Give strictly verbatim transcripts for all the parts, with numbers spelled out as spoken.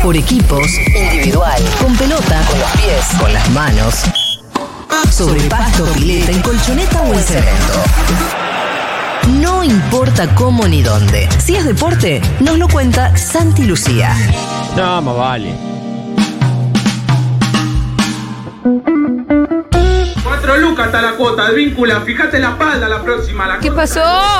Por equipos, individual, con pelota, con los pies, con las manos, sobre pasto, pileta, en colchoneta o en cemento. No importa cómo ni dónde. Si es deporte, nos lo cuenta Santi Lucía. No, más vale. Cuatro lucas está la cuota, Advíncula. Fíjate la espalda la próxima. La ¿Qué pasó?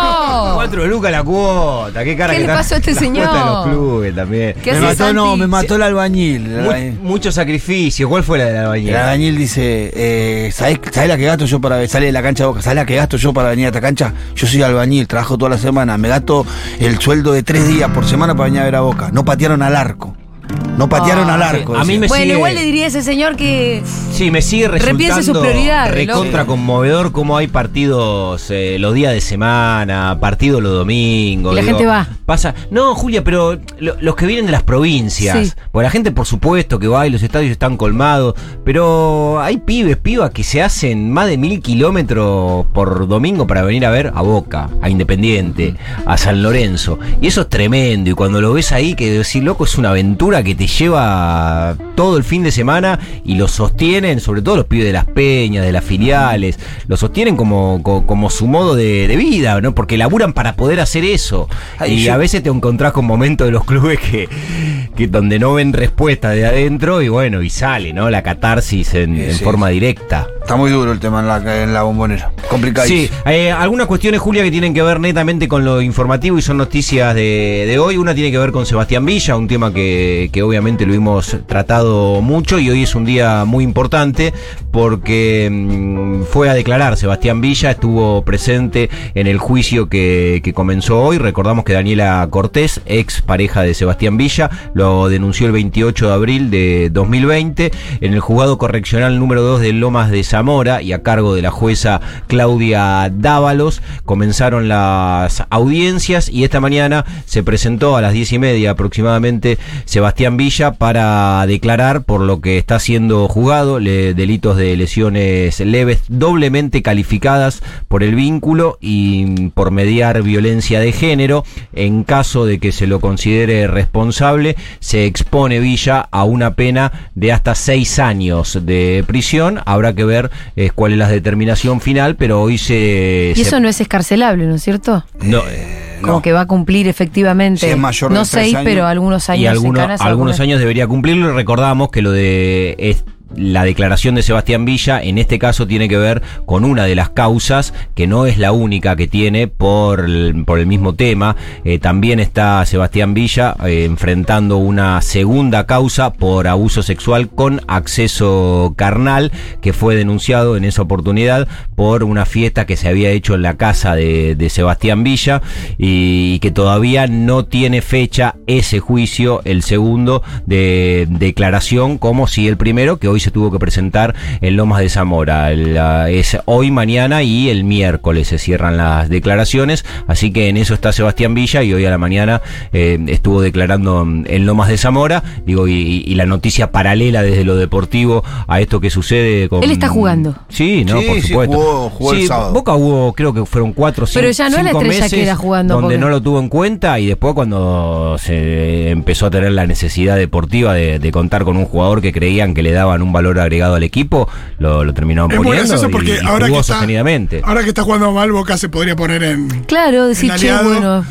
Cuatro lucas la cuota. ¿Qué cara ¿Qué que le está? pasó a este La señor? cuota de los clubes también. ¿Qué Me hace mató, Santi? no, me mató el albañil. Mu- mucho sacrificio. ¿Cuál fue la del albañil? El albañil dice, eh, ¿sabés, ¿sabés la que gasto yo para salir de la cancha de Boca? ¿Sabés la que gasto yo para venir a esta cancha? Yo soy albañil, trabajo toda la semana, me gasto el sueldo de tres días por semana para venir a ver a Boca. No patearon al arco. No patearon Ah, al arco. sí. A mí me Bueno, sigue- igual le diría a ese señor que... Sí, me sigue Repiense sus resultando prioridades, recontra loco. conmovedor cómo hay partidos eh, los días de semana, partidos los domingos. Y la gente va. Pasa. No, Julia, pero lo- los que vienen de las provincias. Sí. Porque la gente, por supuesto, que va y los estadios están colmados. Pero hay pibes, pibas que se hacen más de mil kilómetros por domingo para venir a ver a Boca, a Independiente, a San Lorenzo. Y eso es tremendo. Y cuando lo ves ahí, que decís, loco, es una aventura que te lleva todo el fin de semana y lo sostienen, sobre todo los pibes de las peñas, de las filiales, lo sostienen como, como, como su modo de, de vida, ¿no? Porque laburan para poder hacer eso. Ay, y yo- a veces te encontrás con momentos de los clubes que, que donde no ven respuesta de adentro y bueno, y sale, ¿no? La catarsis en, Sí, en sí. forma directa. Está muy duro el tema en la, en la Bombonera. Complicadísimo. Sí, eh, algunas cuestiones, Julia, que tienen que ver netamente con lo informativo y son noticias de, de hoy. Una tiene que ver con Sebastián Villa, un tema que, que obviamente lo hemos tratado mucho y hoy es un día muy importante porque mmm, fue a declarar Sebastián Villa, estuvo presente en el juicio que, que comenzó hoy. Recordamos que Daniela Cortés, ex pareja de Sebastián Villa, lo denunció el veintiocho de abril de dos mil veinte en el juzgado correccional número dos de Lomas de Zamora y a cargo de la jueza Claudia Dávalos. Comenzaron las audiencias y esta mañana se presentó a las diez y media aproximadamente Sebastián Villa para declarar por lo que está siendo juzgado, le, delitos de lesiones leves doblemente calificadas por el vínculo y por mediar violencia de género. En caso de que se lo considere responsable, se expone Villa a una pena de hasta seis años de prisión. Habrá que ver eh, cuál es la determinación final, pero hoy se... Y se- eso no es escarcelable, ¿no es cierto? no, Eh, Como no. que va a cumplir efectivamente. Si es mayor de no tres seis, años. pero algunos años y algunos, en canas, algunos algunas- años debería cumplirlo. Y recordamos que lo de es- la declaración de Sebastián Villa en este caso tiene que ver con una de las causas que no es la única que tiene por el, por el mismo tema. Eh, también está Sebastián Villa eh, enfrentando una segunda causa por abuso sexual con acceso carnal que fue denunciado en esa oportunidad por una fiesta que se había hecho en la casa de, de Sebastián Villa y, y que todavía no tiene fecha ese juicio, el segundo de declaración, como si el primero, que hoy se tuvo que presentar en Lomas de Zamora. La, es hoy, mañana y el miércoles se cierran las declaraciones, así que en eso está Sebastián Villa y hoy a la mañana eh, estuvo declarando en Lomas de Zamora, digo, y, y la noticia paralela desde lo deportivo a esto que sucede con... Él está jugando. Sí, no, Sí, por sí, supuesto. jugó- jugó el Sí, sábado. Boca hubo, creo que fueron cuatro o cinco, Pero ya no es la cinco estrella meses que era jugando, donde porque- no lo tuvo en cuenta y después cuando se empezó a tener la necesidad deportiva de, de contar con un jugador que creían que le daban un valor agregado al equipo, lo, lo terminaron Es muy poniendo gracioso y, porque y ahora que, jugó está, sostenidamente. ahora que está jugando mal, Boca se podría poner en... Claro, decir, El che, aliado. bueno,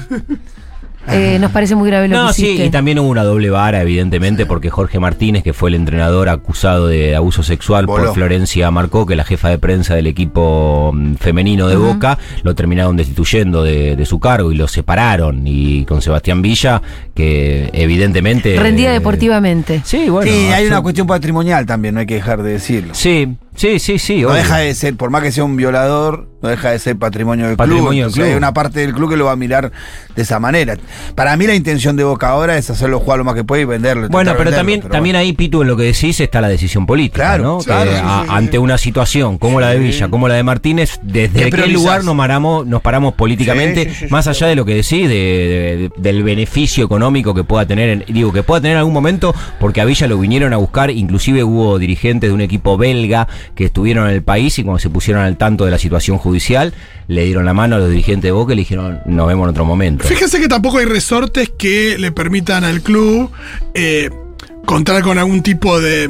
eh, nos parece muy grave lo No, que sí, hiciste. y también hubo una doble vara, evidentemente, porque Jorge Martínez, que fue el entrenador acusado de abuso sexual Voló. por Florencia Marcó, que es la jefa de prensa del equipo mm, femenino de Ujú. Boca, lo terminaron destituyendo de, de su cargo y lo separaron. Y con Sebastián Villa, que evidentemente... Rendía eh, deportivamente. Sí, bueno. sí, hay una absolut- cuestión patrimonial también, no hay que dejar de decirlo. Sí, sí, sí, sí. No obvio. deja de ser, por más que sea un violador, no deja de ser patrimonio del Patrimonio club. del Entonces club. hay una parte del club que lo va a mirar de esa manera. Para mí la intención de Boca ahora es hacerlo jugar lo más que puede y venderlo. Bueno, intentar pero venderlo, también, pero también bueno. ahí, Pitu, en lo que decís está la decisión política, Claro, ¿no? claro, Que, sí, a- sí, sí. ante una situación como la de Sí. Villa, como la de Martínez, ¿desde ¿Qué qué priorizás? lugar nos paramos, nos paramos políticamente? Sí, sí, sí, más sí, allá de lo que decís, de, de- del beneficio económico que pueda tener, en- digo, que pueda tener en algún momento, porque a Villa lo vinieron a buscar, inclusive hubo dirigentes de un equipo belga que estuvieron en el país y cuando se pusieron al tanto de la situación judicial, le dieron la mano a los dirigentes de Boca y le dijeron, nos vemos en otro momento. Fíjense que tampoco hay resortes que le permitan al club eh, contar con algún tipo de,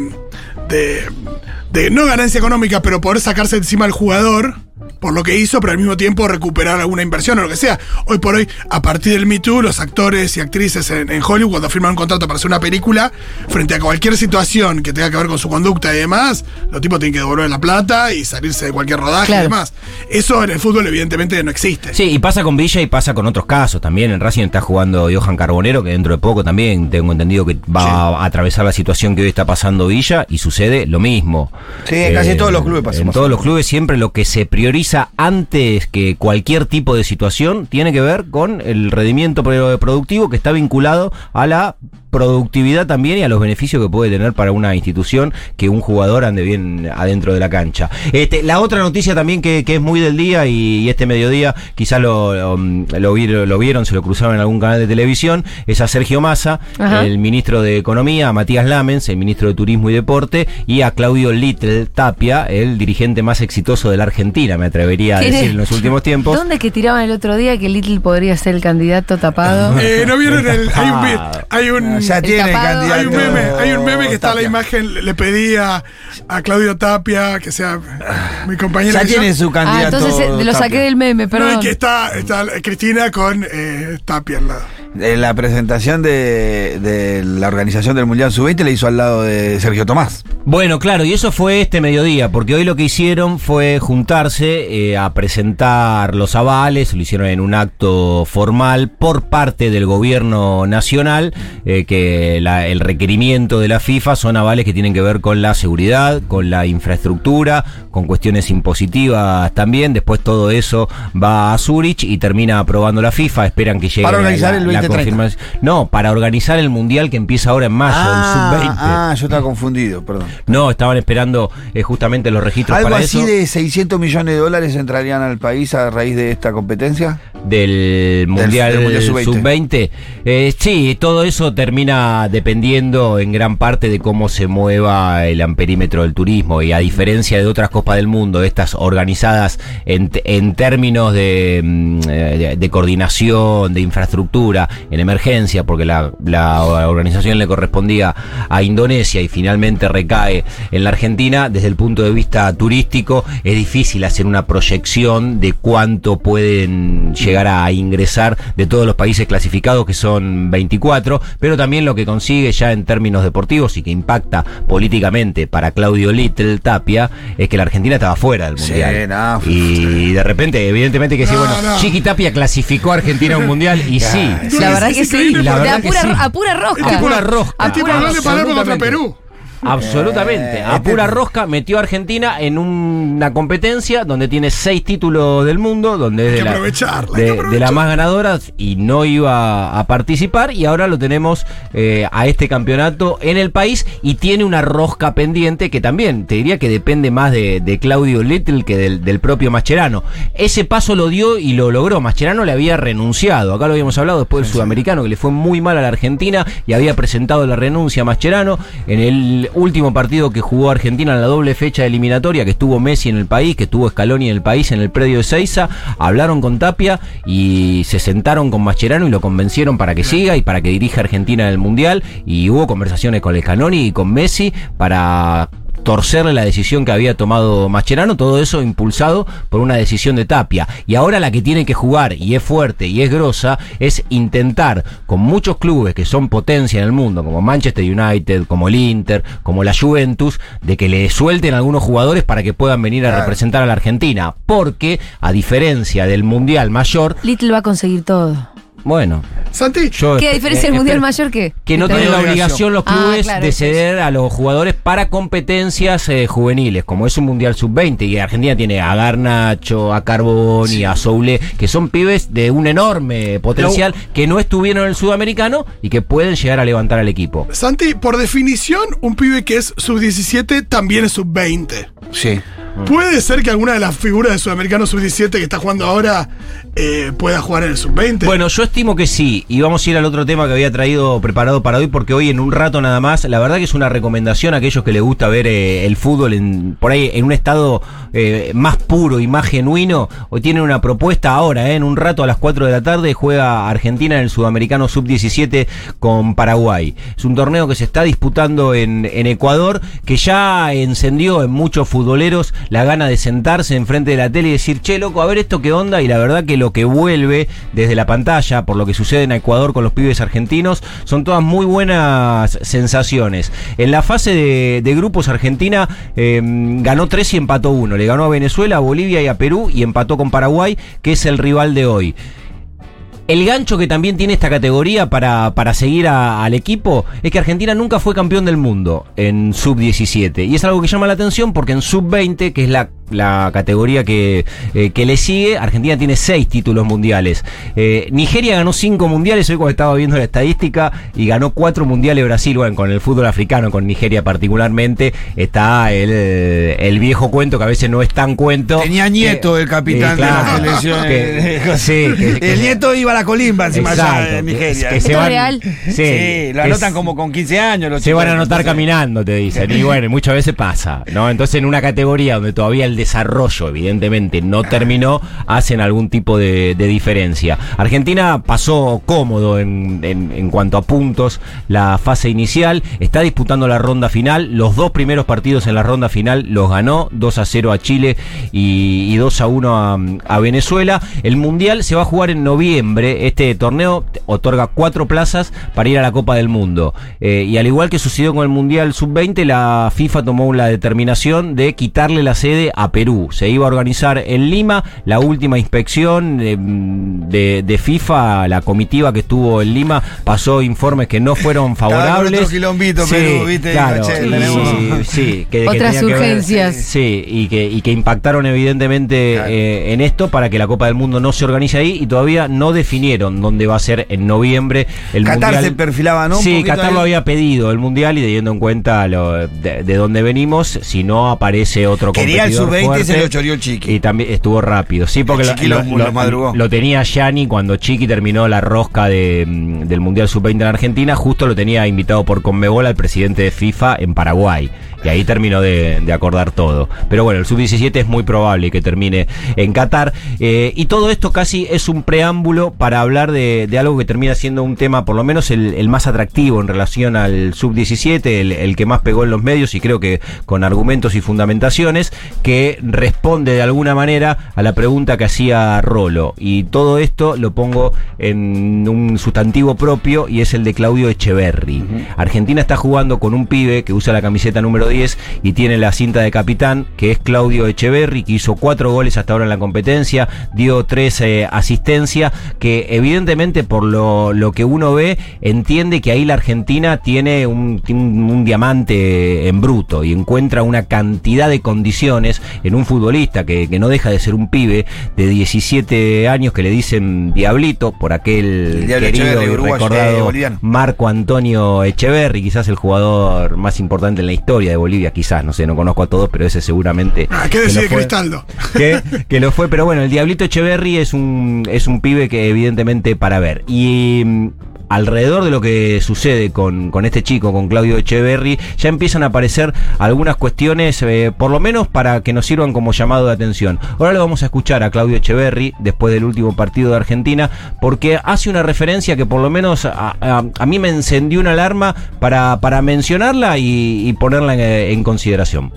de, de no ganancia económica, pero poder sacarse encima al jugador por lo que hizo, pero al mismo tiempo recuperar alguna inversión o lo que sea. Hoy por hoy, a partir del Me Too, los actores y actrices en, en Hollywood, cuando firman un contrato para hacer una película, frente a cualquier situación que tenga que ver con su conducta y demás, los tipos tienen que devolver la plata y salirse de cualquier rodaje Claro. y demás. Eso en el fútbol evidentemente no existe. Sí, y pasa con Villa y pasa con otros casos también. En Racing está jugando Johan Carbonero, que dentro de poco también tengo entendido que va Sí. a atravesar la situación que hoy está pasando Villa y sucede lo mismo. Sí, en casi todos los clubes pasa En más todos o los menos. clubes siempre lo que se prioriza antes que cualquier tipo de situación tiene que ver con el rendimiento pro- productivo que está vinculado a la productividad también y a los beneficios que puede tener para una institución que un jugador ande bien adentro de la cancha. Este, la otra noticia también que, que es muy del día y, y este mediodía quizás lo, lo, lo vi- lo vieron, se lo cruzaron en algún canal de televisión, es a Sergio Massa, Ajá. el ministro de Economía, a Matías Lamens, el ministro de Turismo y Deporte, y a Claudio Little Tapia, el dirigente más exitoso de la Argentina, me atrevería a ¿Quién decir es? en los últimos tiempos. ¿Dónde que tiraban el otro día que Little podría ser el candidato tapado? Eh, ¿No vieron el...? Hay un... vi- Hay un Ya tiene tapado. candidato. Hay un meme, hay un meme que está Tapia. la imagen, le- le pedía a Claudio Tapia, que sea mi compañera. Ya que tiene yo- su Ah, candidato. entonces eh, lo saqué Tapia. del meme, No, perdón. y que está, está Cristina con eh, Tapia al lado. En la presentación de, de la organización del Mundial sub veinte le hizo al lado de Sergio Tomás. Bueno, claro, y eso fue este mediodía, porque hoy lo que hicieron fue juntarse eh, a presentar los avales, lo hicieron en un acto formal por parte del gobierno nacional, eh, que la- el requerimiento de la FIFA son avales que tienen que ver con la seguridad, con la infraestructura, con cuestiones impositivas también. Después todo eso va a Zurich y termina aprobando la FIFA, esperan que llegue Para organizar la, el la veinte treinta. confirmación. No, para organizar el Mundial que empieza ahora en mayo, el sub veinte. ah, yo estaba confundido, perdón. No, estaban esperando eh, justamente los registros ¿Algo para así eso de seiscientos millones de dólares entrarían al país a raíz de esta competencia? del Mundial, del Mundial sub veinte. sub veinte. Eh, sí, todo eso termina dependiendo en gran parte de cómo se mueva el amperímetro del turismo y a diferencia de otras Copas del Mundo, estas organizadas en, t- en términos de, mm, eh, de, de coordinación, de infraestructura, en emergencia, porque la, la organización le correspondía a Indonesia y finalmente recae en la Argentina, desde el punto de vista turístico es difícil hacer una proyección de cuánto pueden llegar a ingresar de todos los países clasificados, que son veinticuatro, pero también lo que consigue ya en términos deportivos y que impacta políticamente para Claudio Little Tapia es que la Argentina estaba fuera del Sí, Mundial. no, y de repente, evidentemente que sí, No, bueno, no. Chiqui Tapia clasificó a Argentina a un Mundial y sí. La verdad que sí. increíble, la De verdad a que pura, sí. a pura rosca. A pura rosca. A El tipo pura no le Palermo contra Absolutamente. Perú. Absolutamente. Eh, A este- pura rosca metió a Argentina en una competencia donde tiene seis títulos del mundo, donde es Hay de que la, aprovecharla, hay de, que de aprovechar. las más ganadoras y no iba a participar y ahora lo tenemos eh, a este campeonato en el país y tiene una rosca pendiente que también te diría que depende más de, de Claudio Little que del, del propio Mascherano. Ese paso lo dio y lo logró. Mascherano le había renunciado. Acá lo habíamos hablado después del sudamericano que le fue muy mal a la Argentina y había presentado la renuncia a Mascherano en el último partido que jugó Argentina en la doble fecha eliminatoria, que estuvo Messi en el país, que estuvo Scaloni en el país, en el predio de Seiza, hablaron con Tapia y se sentaron con Mascherano y lo convencieron para que siga y para que dirija a Argentina en el Mundial, y hubo conversaciones con el Scaloni y con Messi para torcerle la decisión que había tomado Mascherano, todo eso impulsado por una decisión de Tapia. Y ahora la que tiene que jugar, y es fuerte y es grosa, es intentar con muchos clubes que son potencia en el mundo, como Manchester United, como el Inter, como la Juventus, de que le suelten algunos jugadores para que puedan venir a Claro. representar a la Argentina. Porque, a diferencia del Mundial Mayor, Little va a conseguir todo. bueno, Santi, yo... ¿Qué? ¿A diferencia del eh, Mundial espero- Mayor qué? que no Te- tienen la obligación. obligación los Ah, clubes claro, de eso ceder a los jugadores para competencias eh, juveniles, como es un Mundial sub veinte, y Argentina tiene a Garnacho, a Carboni, a Soule, que son pibes de un enorme potencial que no estuvieron en el sudamericano y que pueden llegar a levantar al equipo. Santi, por definición, un pibe que es sub diecisiete también es sub veinte. Sí. ¿Puede ser que alguna de las figuras de Sudamericano sub diecisiete que está jugando ahora eh, pueda jugar en el sub veinte? Bueno, yo estimo que sí. Y vamos a ir al otro tema que había traído preparado para hoy, porque hoy en un rato nada más, la verdad que es una recomendación a aquellos que les gusta ver eh, el fútbol en, por ahí en un estado eh, más puro y más genuino. Hoy tienen una propuesta ahora, eh, en un rato a las cuatro de la tarde juega Argentina en el Sudamericano sub diecisiete con Paraguay. Es un torneo que se está disputando en, en Ecuador, que ya encendió en muchos futboleros la gana de sentarse enfrente de la tele y decir, che, loco, a ver esto qué onda. Y la verdad que lo que vuelve desde la pantalla, por lo que sucede en Ecuador con los pibes argentinos, son todas muy buenas sensaciones. En la fase de, de grupos, Argentina eh, ganó tres y empató uno. Le ganó a Venezuela, a Bolivia y a Perú, y empató con Paraguay, que es el rival de hoy. El gancho que también tiene esta categoría para, para seguir a, al equipo es que Argentina nunca fue campeón del mundo en sub diecisiete. Y es algo que llama la atención porque en sub veinte, que es la, la categoría que, eh, que le sigue, Argentina tiene seis títulos mundiales. Eh, Nigeria ganó cinco mundiales, hoy cuando estaba viendo la estadística, y ganó cuatro mundiales Brasil. Bueno, con el fútbol africano, con Nigeria particularmente, está el, el viejo cuento que a veces no es tan cuento. Tenía nieto que, el capitán eh, claro, de la selección. Que, sí, que, que, el nieto iba a la colimba encima allá exacto, en Nigeria. Que, que se van, real? Sí, sí, lo anotan es, como con quince años. Los se van a anotar entonces, caminando, te dicen. Y bueno, muchas veces pasa, ¿no? Entonces, en una categoría donde todavía el desarrollo, evidentemente, no terminó, hacen algún tipo de, de diferencia. Argentina pasó cómodo en, en, en cuanto a puntos la fase inicial, está disputando la ronda final. Los dos primeros partidos en la ronda final los ganó, dos a cero a Chile y, y dos a uno a, a Venezuela. El Mundial se va a jugar en noviembre. Este torneo otorga cuatro plazas para ir a la Copa del Mundo. Eh, y al igual que sucedió con el Mundial sub veinte, la FIFA tomó la determinación de quitarle la sede a Perú. Se iba a organizar en Lima. La última inspección de, de, de FIFA, la comitiva que estuvo en Lima, pasó informes que no fueron favorables. Otro quilombito, sí, Perú, ¿viste? claro, Che, y, tenemos... sí, sí, que, otras que urgencias. Ver, sí, y que, y que impactaron evidentemente claro. eh, en esto para que la Copa del Mundo no se organice ahí, y todavía no definieron dónde va a ser en noviembre el Qatar Mundial. Se perfilaba, ¿no? Sí, Qatar ahí lo había pedido el Mundial, y teniendo en cuenta lo, de, de dónde venimos, si no aparece otro Quería competidor el sub veinte, fuerte, se lo choreó el Chiqui. Y también estuvo rápido. Sí, porque lo, lo, lo, lo, madrugó. lo tenía Gianni cuando Chiqui terminó la rosca de, del Mundial sub veinte en Argentina, justo lo tenía invitado por Conmebol al presidente de FIFA en Paraguay. Y ahí terminó de, de acordar todo. Pero bueno, el sub diecisiete es muy probable que termine en Qatar. Eh, y todo esto casi es un preámbulo para hablar de, de algo que termina siendo un tema, por lo menos el, el más atractivo en relación al sub diecisiete, el, el que más pegó en los medios, y creo que con argumentos y fundamentaciones, que responde de alguna manera a la pregunta que hacía Rolo. Y todo esto lo pongo en un sustantivo propio, y es el de Claudio Echeverri. Uh-huh. Argentina está jugando con un pibe que usa la camiseta número diez y tiene la cinta de capitán, que es Claudio Echeverri, que hizo cuatro goles hasta ahora en la competencia, dio tres eh, asistencias, que evidentemente por lo, lo que uno ve, entiende que ahí la Argentina tiene un, un, un diamante en bruto, y encuentra una cantidad de condiciones en un futbolista que, que no deja de ser un pibe de diecisiete años, que le dicen Diablito, por aquel querido y recordado eh, Marco Antonio Echeverri, quizás el jugador más importante en la historia de Bolivia, quizás, no sé, no conozco a todos, pero ese seguramente. Ah, ¿qué decide Cristaldo? Que, que lo fue, pero bueno, el Diablito Echeverri es un, es un pibe que evidentemente para ver. Y um, alrededor de lo que sucede con, con este chico, con Claudio Echeverri, ya empiezan a aparecer algunas cuestiones, eh, por lo menos para que nos sirvan como llamado de atención. Ahora lo vamos a escuchar a Claudio Echeverri después del último partido de Argentina, porque hace una referencia que por lo menos a, a, a mí me encendió una alarma para, para mencionarla y, y ponerla en, en consideración.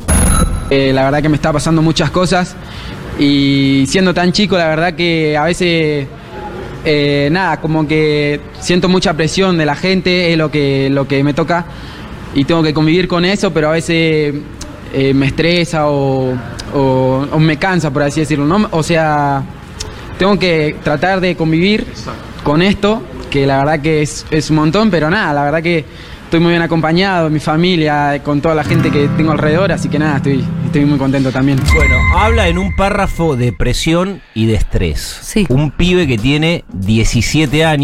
Eh, la verdad que me está pasando muchas cosas, y siendo tan chico, la verdad que a veces eh, nada, como que siento mucha presión de la gente, es lo que, lo que me toca, y tengo que convivir con eso, pero a veces eh, me estresa o, o, o me cansa, por así decirlo, ¿no? O sea, tengo que tratar de convivir con esto, que la verdad que es, es un montón, pero nada, la verdad que estoy muy bien acompañado, mi familia, con toda la gente que tengo alrededor, así que nada, estoy, estoy muy contento también. Bueno, habla en un párrafo de presión y de estrés. Sí. Un pibe que tiene diecisiete años,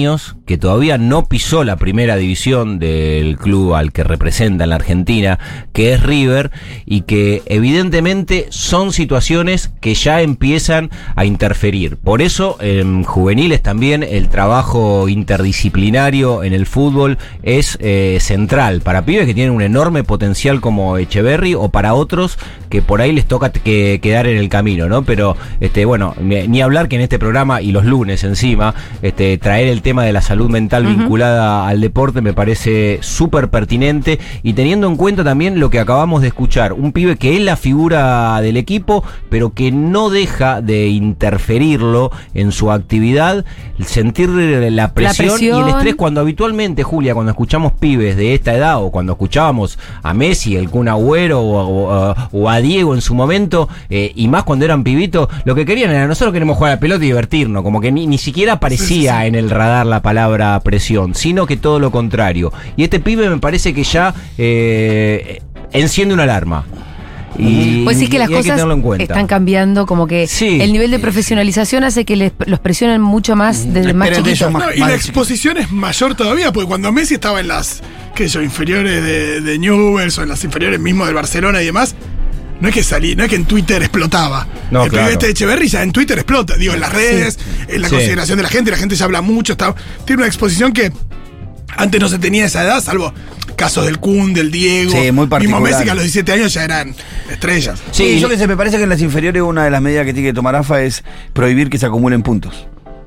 que todavía no pisó la primera división del club al que representa en la Argentina, que es River, y que evidentemente son situaciones que ya empiezan a interferir. Por eso en juveniles también el trabajo interdisciplinario en el fútbol es eh, central para pibes que tienen un enorme potencial como Echeverri, o para otros que por ahí les toca que, quedar en el camino, ¿no? Pero este bueno, ni, ni hablar que en este programa y los lunes encima, este traer el tema de la salud mental uh-huh. vinculada al deporte me parece súper pertinente, y teniendo en cuenta también lo que acabamos de escuchar, un pibe que es la figura del equipo, pero que no deja de interferirlo en su actividad, sentir la presión, la presión y el estrés, cuando habitualmente, Julia, cuando escuchamos pibes de esta edad, o cuando escuchábamos a Messi, el Kun Agüero, o, o, o a Diego en su momento, eh, y más cuando eran pibitos, lo que querían era, nosotros queremos jugar a la pelota y divertirnos, como que ni, ni siquiera aparecía sí, sí, sí. en el radar la palabra presión, sino que todo lo contrario. Y este pibe me parece que ya eh, enciende una alarma. Y, pues sí, que las cosas que están cambiando, como que sí. el nivel de profesionalización hace que les, los presionen mucho más desde más chiquitos. No, y la exposición es mayor todavía, porque cuando Messi estaba en las qué sé yo, inferiores de, de Newell's o en las inferiores mismo del Barcelona y demás, no es que salí, no es que en Twitter explotaba. No, el claro. pibe este de Echeverri ya en Twitter explota, digo, en las redes, sí. en la sí. consideración de la gente, la gente ya habla mucho, está, tiene una exposición que antes no se tenía esa edad, salvo casos del Kun, del Diego. Sí, muy particular. Mismo Messi, que a los diecisiete años ya eran estrellas. Sí, sí, yo que sé, me parece que en las inferiores una de las medidas que tiene que tomar AFA es prohibir que se acumulen puntos.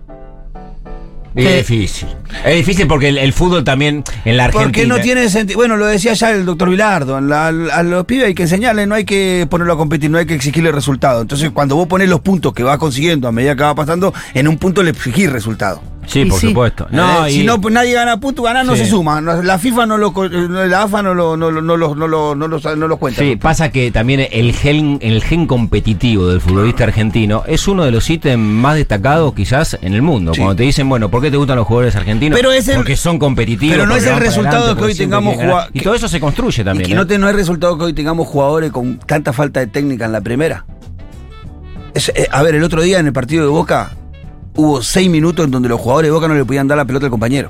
Es difícil. Es difícil porque el, el fútbol también en la Argentina. Porque no tiene sentido. Bueno, lo decía ya el doctor Vilardo. A, a los pibes hay que enseñarles, no hay que ponerlo a competir, no hay que exigirle resultado. Entonces, cuando vos pones los puntos que vas consiguiendo a medida que va pasando, en un punto le exigís resultado. Sí, por sí. supuesto. No, eh, y... Si no, nadie gana puntos, ganar no sí. se suma. La FIFA no lo, la AFA no lo, no, no, no, no, no, no, no, lo, no lo cuenta. Sí, pasa que también el gen, el gen competitivo del futbolista argentino es uno de los ítems más destacados quizás en el mundo. Sí. Cuando te dicen, bueno, ¿por qué te gustan los jugadores argentinos? Pero es el, porque son competitivos. Pero no es el resultado de que hoy tengamos jugadores. Y todo eso se construye también. Y que ¿eh? no, te, no es el resultado que hoy tengamos jugadores con tanta falta de técnica en la primera. Es, eh, a ver, el otro día en el partido de Boca hubo seis minutos en donde los jugadores de Boca no le podían dar la pelota al compañero.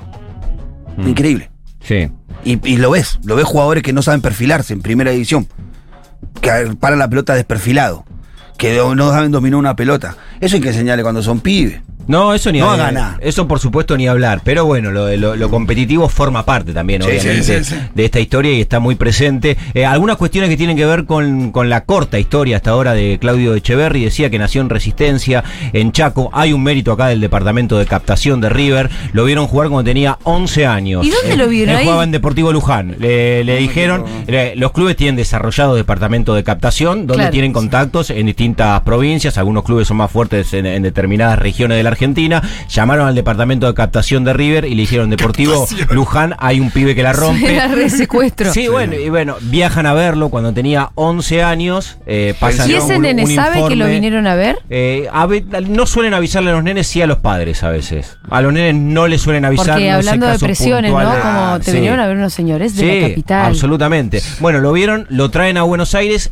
Mm. Increíble. Sí. Y, y lo ves, lo ves jugadores que no saben perfilarse en primera división, que paran la pelota desperfilado, que no saben dominar una pelota. Eso hay que enseñarle cuando son pibes. No, eso ni no hablar. Gana. Eso por supuesto ni hablar. Pero bueno, lo, lo, lo competitivo forma parte también, sí, obviamente, sí, sí, sí. de esta historia y está muy presente. Eh, algunas cuestiones que tienen que ver con, con la corta historia hasta ahora de Claudio Echeverri. Decía que nació en Resistencia, en Chaco. Hay un mérito acá del departamento de captación de River. Lo vieron jugar cuando tenía once años. ¿Y dónde eh, lo vieron? Él ahí jugaba en Deportivo Luján. Le, le dijeron, eh, los clubes tienen desarrollado departamento de captación, donde claro, tienen contactos en distintas provincias. Algunos clubes son más fuertes en, en determinadas regiones de la Argentina. Llamaron al departamento de captación de River y le dijeron, Deportivo Luján, hay un pibe que la rompe. Era re secuestro. Sí, sí, bueno, y bueno, viajan a verlo cuando tenía once años. Eh, pasan ¿Y ese un, nene un sabe informe. que lo vinieron a ver? Eh, a ver? No suelen avisarle a los nenes, sí a los padres a veces. A los nenes no les suelen avisar. Porque no hablando de presiones, puntuales. ¿no? Como te sí. vinieron a ver unos señores de sí, la capital. Absolutamente. Bueno, lo vieron, lo traen a Buenos Aires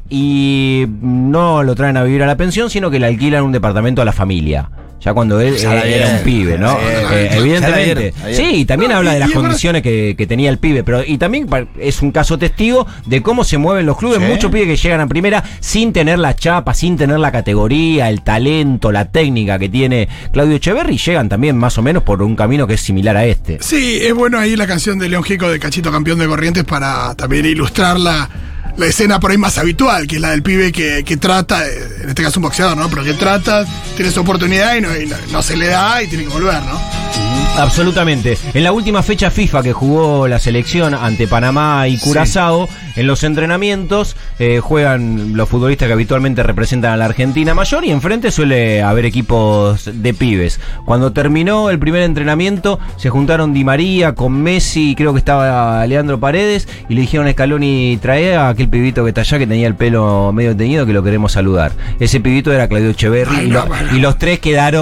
y no lo traen a vivir a la pensión, sino que le alquilan un departamento a la familia. Ya cuando él eh, era un pibe, ¿no? Eh, evidentemente. Sí, y también no, habla de las condiciones que, que tenía el pibe, pero y también es un caso testigo de cómo se mueven los clubes. Sí. Muchos pibes que llegan a primera sin tener la chapa, sin tener la categoría, el talento, la técnica que tiene Claudio Echeverri, llegan también más o menos por un camino que es similar a este. Sí, es bueno ahí la canción de León Gieco de Cachito Campeón de Corrientes para también ilustrar la la escena por ahí más habitual, que es la del pibe que, que trata, en este caso un boxeador, ¿no? Pero que trata, tiene su oportunidad y no, y no, no se le da y tiene que volver, ¿no? Absolutamente. En la última fecha FIFA que jugó la selección ante Panamá y Curazao, sí. en los entrenamientos eh, juegan los futbolistas que habitualmente representan a la Argentina mayor y enfrente suele haber equipos de pibes. Cuando terminó el primer entrenamiento se juntaron Di María con Messi, creo que estaba Leandro Paredes, y le dijeron a Scaloni, trae a aquel pibito que está allá que tenía el pelo medio teñido que lo queremos saludar. Ese pibito era Claudio Echeverri. Ay, y, no, lo, y los tres quedaron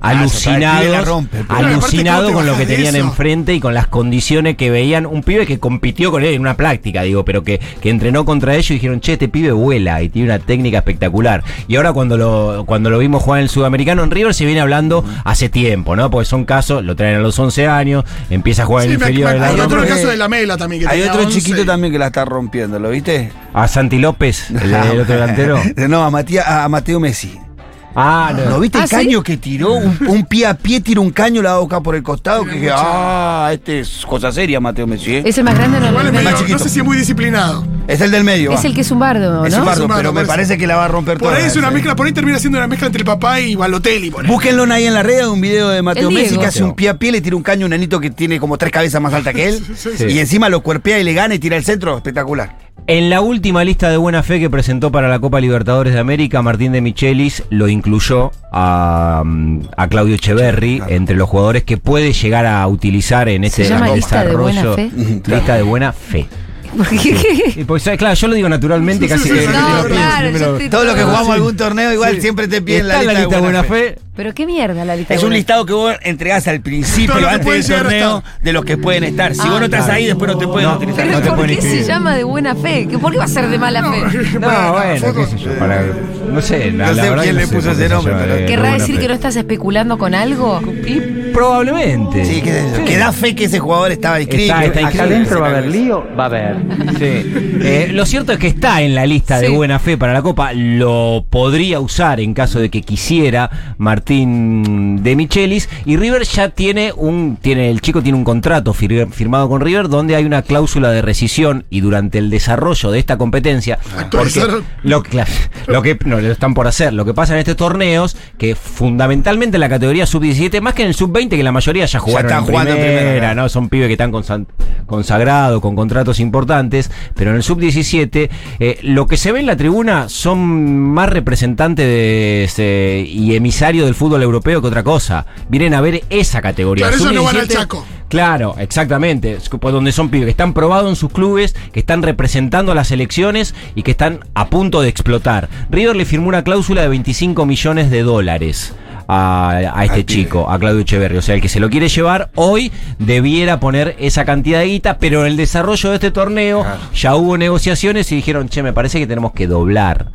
alucinados, rompe, alucinado con lo que tenían eso? enfrente y con las condiciones que veían. Un pibe que compitió con él en una práctica, digo, pero que, que entrenó contra ellos y dijeron, che, este pibe vuela y tiene una técnica espectacular. Y ahora cuando lo, cuando lo vimos jugar en el Sudamericano, en River se viene hablando hace tiempo, ¿no? Porque son casos, lo traen a los once años, empieza a jugar Sí, en el me- inferior me- de la hay otro que- caso de la Mela también. Que Hay tenía otro once. chiquito también que la está rompiendo, ¿lo viste? A Santi López, el, el otro delantero. No, a, Matías, a Mateo Messi. Ah, no. ¿Lo viste ¿Ah, el sí? caño que tiró? Un, un pie a pie tira un caño, la va a buscar por el costado. Que dije, ah, este es cosa seria, Mateo Messi. ¿eh? ¿Es el más grande o no? Igual es El medio- más chiquito. no sé si es muy disciplinado. Es el del medio. Es va. el que es un bardo, ¿no? Es un bardo, Es un bardo, pero me parece. parece que la va a romper Por toda. ahí es una ese. mezcla, por ahí termina siendo una mezcla entre el papá y Balotelli. Por ahí. Búsquenlo ahí en la red, un video de Mateo El Messi Diego. que hace un pie a pie, le tira un caño a un nenito que tiene como tres cabezas más alta que él. sí. Y encima lo cuerpea y le gana y tira el centro. Espectacular. En la última lista de buena fe que presentó para la Copa Libertadores de América, Martín de Michelis lo incluyó a, a Claudio Echeverri claro. entre los jugadores que puede llegar a utilizar en este ¿Se llama lista de buena desarrollo. fe? Lista de buena fe. ¿Por qué? Y porque, ¿sabes? Claro, yo lo digo naturalmente, casi sí, que sí, que no, lo pienso, claro, pero- yo estoy- Todo lo que Sí. jugamos algún torneo, igual siempre te piden Está la lista, de buena, fe. Pero qué mierda la lista. Es de un buena listado que vos entregás al principio, Todo lo que antes pueden del llegar a torneo, estar. de los que pueden estar. Si Ah, vos no estás claro. ahí, después no te pueden No, utilizar. no ¿Pero te por pueden qué se inscribir. llama de buena fe? ¿Por qué va a ser de mala fe? No, bueno, qué sé yo, para, no sé, la, No la sé verdad quién que le sé puso por ese qué se nombre, llama pero- de- de ¿Querrá buena decir fe. que no estás especulando con algo? Y probablemente. Sí, qué sé yo, Sí. que da fe que ese jugador estaba inscrito. Está- está Acá inscrito. adentro va a haber lío, va a haber. Sí. Eh, lo cierto es que está en la lista de Sí. buena fe para la Copa. Lo podría usar en caso de que quisiera Martín de Michelis. Y River ya tiene un. tiene El chico tiene un contrato fir- firmado con River donde hay una cláusula de rescisión. Y durante el desarrollo de esta competencia. Porque Actualizaron. lo, cla- lo que no lo están por hacer. Lo que pasa en estos torneos, que fundamentalmente en la categoría sub diecisiete, más que en el sub veinte, que la mayoría ya jugaron están en jugando en primera, primera, claro. ¿no? Son pibes que están consan- consagrados, con contratos importantes, pero en el sub diecisiete eh, lo que se ve en la tribuna son más representantes de, ese- y emisarios del fútbol europeo que otra cosa. Vienen a ver esa categoría. Claro, ellos sub no van al diecisiete, Chaco. Claro, exactamente. Es que, pues, donde son pibes que están probados en sus clubes, que están representando a las selecciones y que están a punto de explotar. River le firmó una cláusula de veinticinco millones de dólares a, a este Al pibe. chico, a Claudio Echeverri. O sea, el que se lo quiere llevar hoy debiera poner esa cantidad de guita, pero en el desarrollo de este torneo Claro. ya hubo negociaciones y dijeron, che, me parece que tenemos que doblar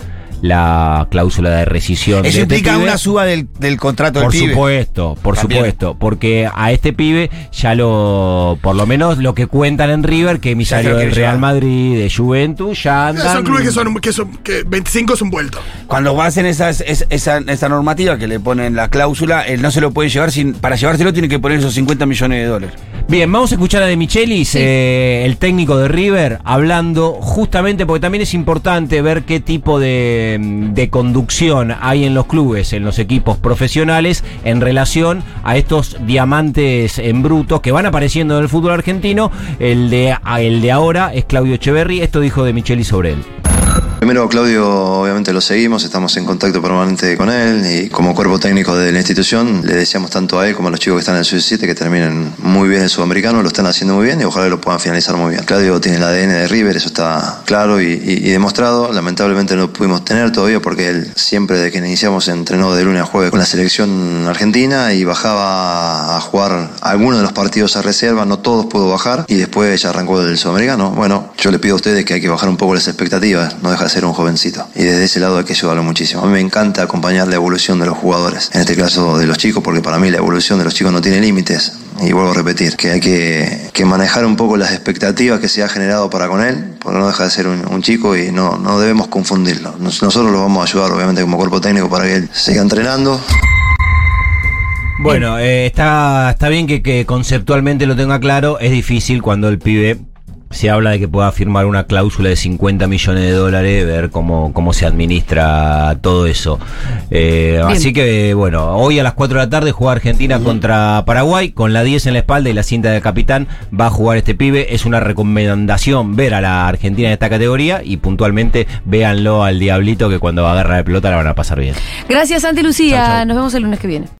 la cláusula de rescisión. Eso de este implica pibe. una suba del, del contrato Por del pibe. supuesto, por También. supuesto, porque a este pibe ya lo, por lo menos lo que cuentan en River, que emisario Ya se lo del quiere Real llevar. Madrid, de Juventus, ya andan. Son clubes que son, que son que veinticinco es un vuelto. Cuando hacen esas, es- esa, esa normativa que le ponen la cláusula, él no se lo puede llevar sin. Para llevárselo tiene que poner esos cincuenta millones de dólares. Bien, vamos a escuchar a De Michelis, Sí. eh, el técnico de River, hablando justamente porque también es importante ver qué tipo de, de conducción hay en los clubes, en los equipos profesionales, en relación a estos diamantes en bruto que van apareciendo en el fútbol argentino. El de, el de ahora es Claudio Echeverri. Esto dijo De Michelis sobre él. Primero, Claudio, obviamente lo seguimos, estamos en contacto permanente con él y como cuerpo técnico de la institución le deseamos tanto a él como a los chicos que están en el sub diecisiete que terminen muy bien el sudamericano, lo están haciendo muy bien y ojalá lo puedan finalizar muy bien. Claudio tiene el A D N de River, eso está claro y, y, y demostrado. Lamentablemente no lo pudimos tener todavía porque él siempre desde que iniciamos entrenó de lunes a jueves con la selección argentina y bajaba a jugar algunos de los partidos a reserva, no todos pudo bajar y después ya arrancó el sudamericano. Bueno, yo le pido a ustedes que hay que bajar un poco las expectativas, no deja de ser un jovencito y desde ese lado hay que ayudarlo muchísimo. A mí me encanta acompañar la evolución de los jugadores, en este caso de los chicos, porque para mí la evolución de los chicos no tiene límites. Y vuelvo a repetir, que hay que, que manejar un poco las expectativas que se ha generado para con él, porque no deja de ser un, un chico y no, no debemos confundirlo. Nos- nosotros lo vamos a ayudar, obviamente, como cuerpo técnico para que él siga entrenando. Bueno, eh, está, está bien que, que conceptualmente lo tenga claro. Es difícil cuando el pibe se habla de que pueda firmar una cláusula de cincuenta millones de dólares, ver cómo, cómo se administra todo eso. Eh, así que, bueno, hoy a las cuatro de la tarde juega Argentina contra Paraguay, con la diez en la espalda y la cinta de capitán va a jugar este pibe. Es una recomendación ver a la Argentina en esta categoría y puntualmente véanlo al Diablito, que cuando agarra la pelota la van a pasar bien. Gracias, Santi Lucía. Chau, chau. Nos vemos el lunes que viene.